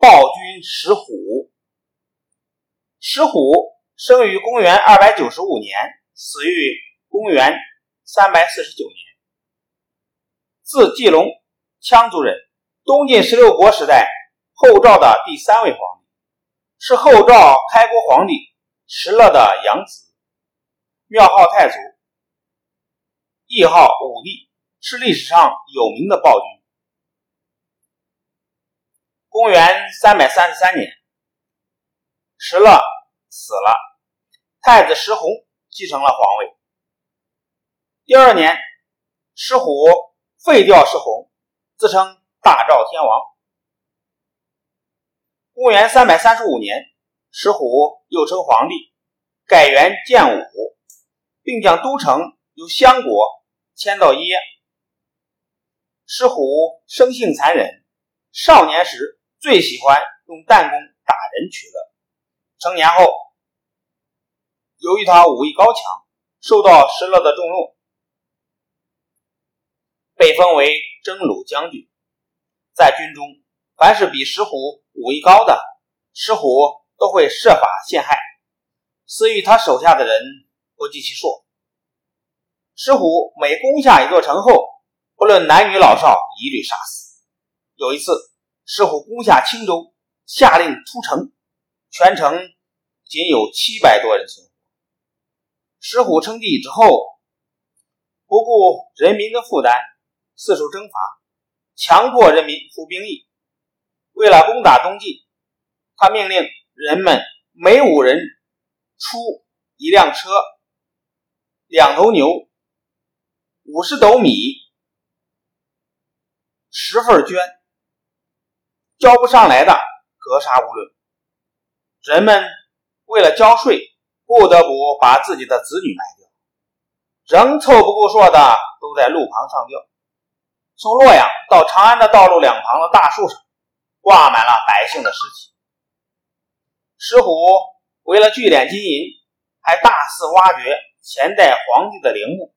暴君石虎。石虎生于公元295年，死于公元349年，字季龙，羌族人，东晋16国时代后赵的第3位皇帝，是后赵开国皇帝石勒的养子，庙号太祖，谥号武帝，是历史上有名的暴君。公元333年，石勒死了，太子石弘继承了皇位。第2年，石虎废掉石弘，自称大赵天王。公元335年，石虎又称皇帝，改元建武，并将都城由襄国迁到耶。石虎生性残忍，少年时最喜欢用弹弓打人取乐。成年后，由于他武艺高强，受到石勒的重用，被封为征虏将军。在军中，凡是比石虎武艺高的，石虎都会设法陷害，私欲他手下的人不计其数。石虎每攻下一座城后，不论男女老少，一律杀死。有一次，石虎攻下青州，下令出城，全城仅有700多人存活。石虎称帝之后，不顾人民的负担，四处征伐，强迫人民服兵役。为了攻打东晋，他命令人们每5人出1辆车、2头牛、50斗米、10份绢，交不上来的格杀勿论。人们为了交税，不得不把自己的子女卖掉，仍凑不够数的都在路旁上吊。从洛阳到长安的道路两旁的大树上挂满了百姓的尸体。石虎为了聚敛金银，还大肆挖掘前代皇帝的陵墓。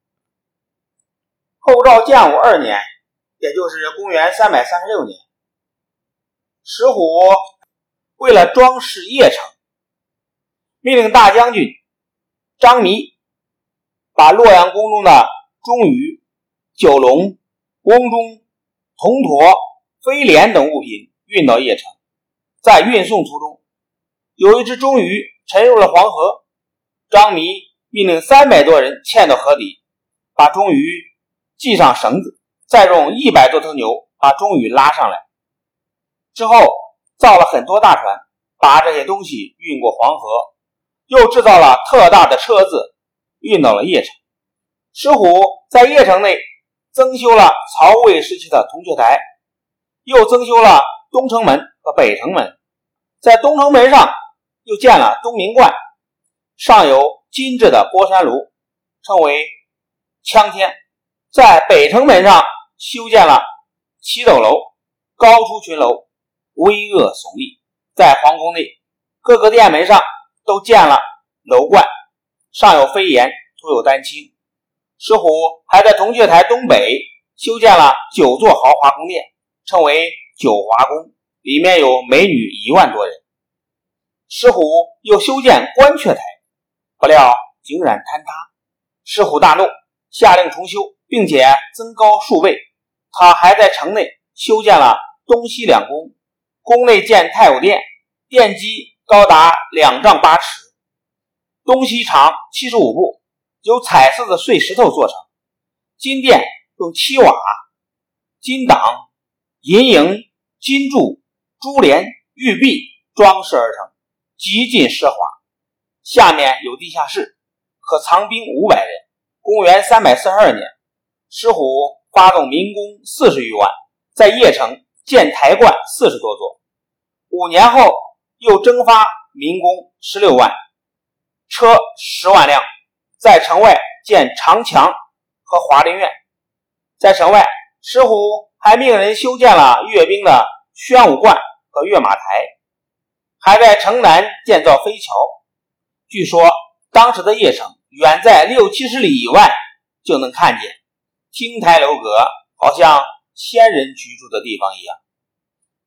后赵建武2年，也就是公元336年，石虎为了装饰邺城，命令大将军张弥把洛阳宫中的钟鱼、九龙、翁钟、铜驼、飞廉等物品运到邺城。在运送途中，有一只钟鱼沉入了黄河，张弥命令300多人嵌到河底，把钟鱼系上绳子，再用100多头牛把钟鱼拉上来。之后造了很多大船，把这些东西运过黄河，又制造了特大的车子运到了邺城。石虎在邺城内增修了曹魏时期的铜雀台，又增修了东城门和北城门。在东城门上又建了东明观，上有金制的波山炉，称为羌天。在北城门上修建了7斗楼，高出群楼，巍峨耸立。在皇宫内，各个殿门上都建了楼观，上有飞檐，涂有丹青。石虎还在铜雀台东北修建了9座豪华宫殿，称为九华宫，里面有美女1万多人。石虎又修建关阙台，不料竟然坍塌。石虎大怒，下令重修，并且增高数倍。他还在城内修建了东西2宫，宫内建太武殿，殿基高达2丈8尺，东西长75步，由彩色的碎石头做成。金殿用漆瓦、金档、银楹、金柱、珠帘、玉璧装饰而成，极尽奢华。下面有地下室，可藏兵500人。公元342年，石虎发动民工40余万，在邺城建台观40多座。5年后又征发民工16万，车10万辆，在城外建长墙和华林院。在城外，石虎还命人修建了阅兵的宣武观和阅马台，还在城南建造飞桥。据说当时的邺城远在60-70里以外就能看见，亭台楼阁好像仙人居住的地方一样。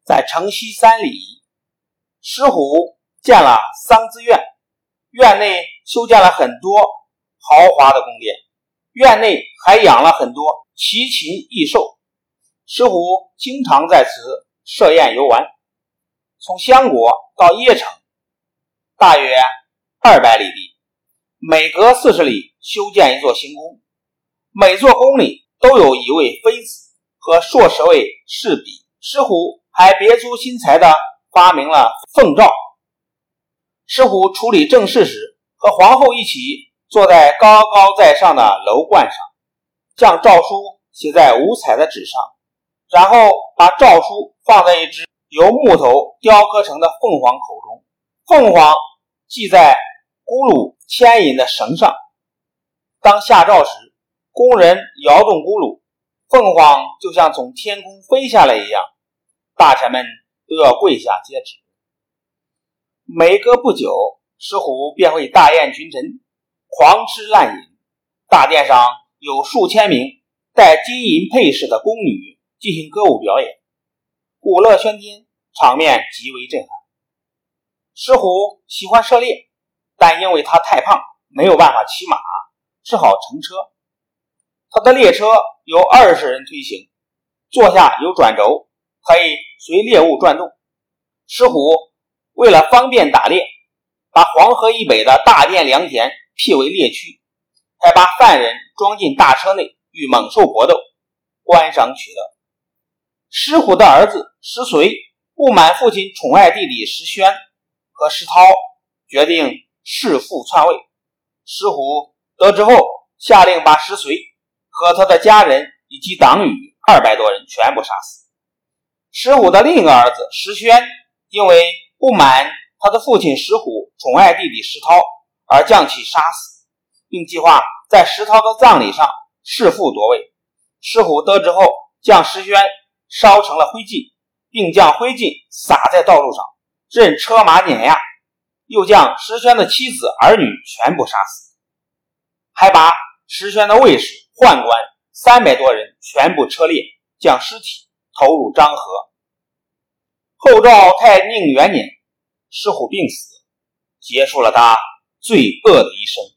在城西3里，石虎建了桑梓院，院内修建了很多豪华的宫殿，院内还养了很多奇禽异兽。石虎经常在此设宴游玩。从襄国到邺城大约200里地，每隔40里修建一座行宫，每座宫里都有一位妃子和硕10位侍婢。石虎还别出心裁地发明了凤诏。石虎处理政事时，和皇后一起坐在高高在上的楼冠上，将诏书写在五彩的纸上，然后把诏书放在一只由木头雕刻成的凤凰口中，凤凰系在轱辘牵引的绳上。当下诏时，工人摇动轱辘，凤凰就像从天空飞下来一样，大臣们都要跪下接旨。每隔不久，石虎便会大宴群臣，狂吃滥饮。大殿上有数千名带金银配饰的宫女进行歌舞表演，鼓乐喧天，场面极为震撼。石虎喜欢射猎，但因为他太胖，没有办法骑马，只好乘车。他的列车由20人推行，坐下有转轴，可以随猎物转动。石虎为了方便打猎，把黄河以北的大甸良田辟为猎区，还把犯人装进大车内与猛兽搏斗，观赏取乐。石虎的儿子石随不满父亲宠爱弟弟石宣和石涛，决定弑父篡位。石虎得知后，下令把石随和他的家人以及党羽200多人全部杀死。石虎的另一个儿子石宣因为不满他的父亲石虎宠爱弟弟石涛，而将其杀死，并计划在石涛的葬礼上弑父夺位。石虎得知后，将石宣烧成了灰烬，并将灰烬撒在道路上，任车马碾压，又将石宣的妻子儿女全部杀死，还把石宣的卫士宦官300多人全部车裂，将尸体投入漳河。后赵太宁元年，石虎病死，结束了他罪恶的一生。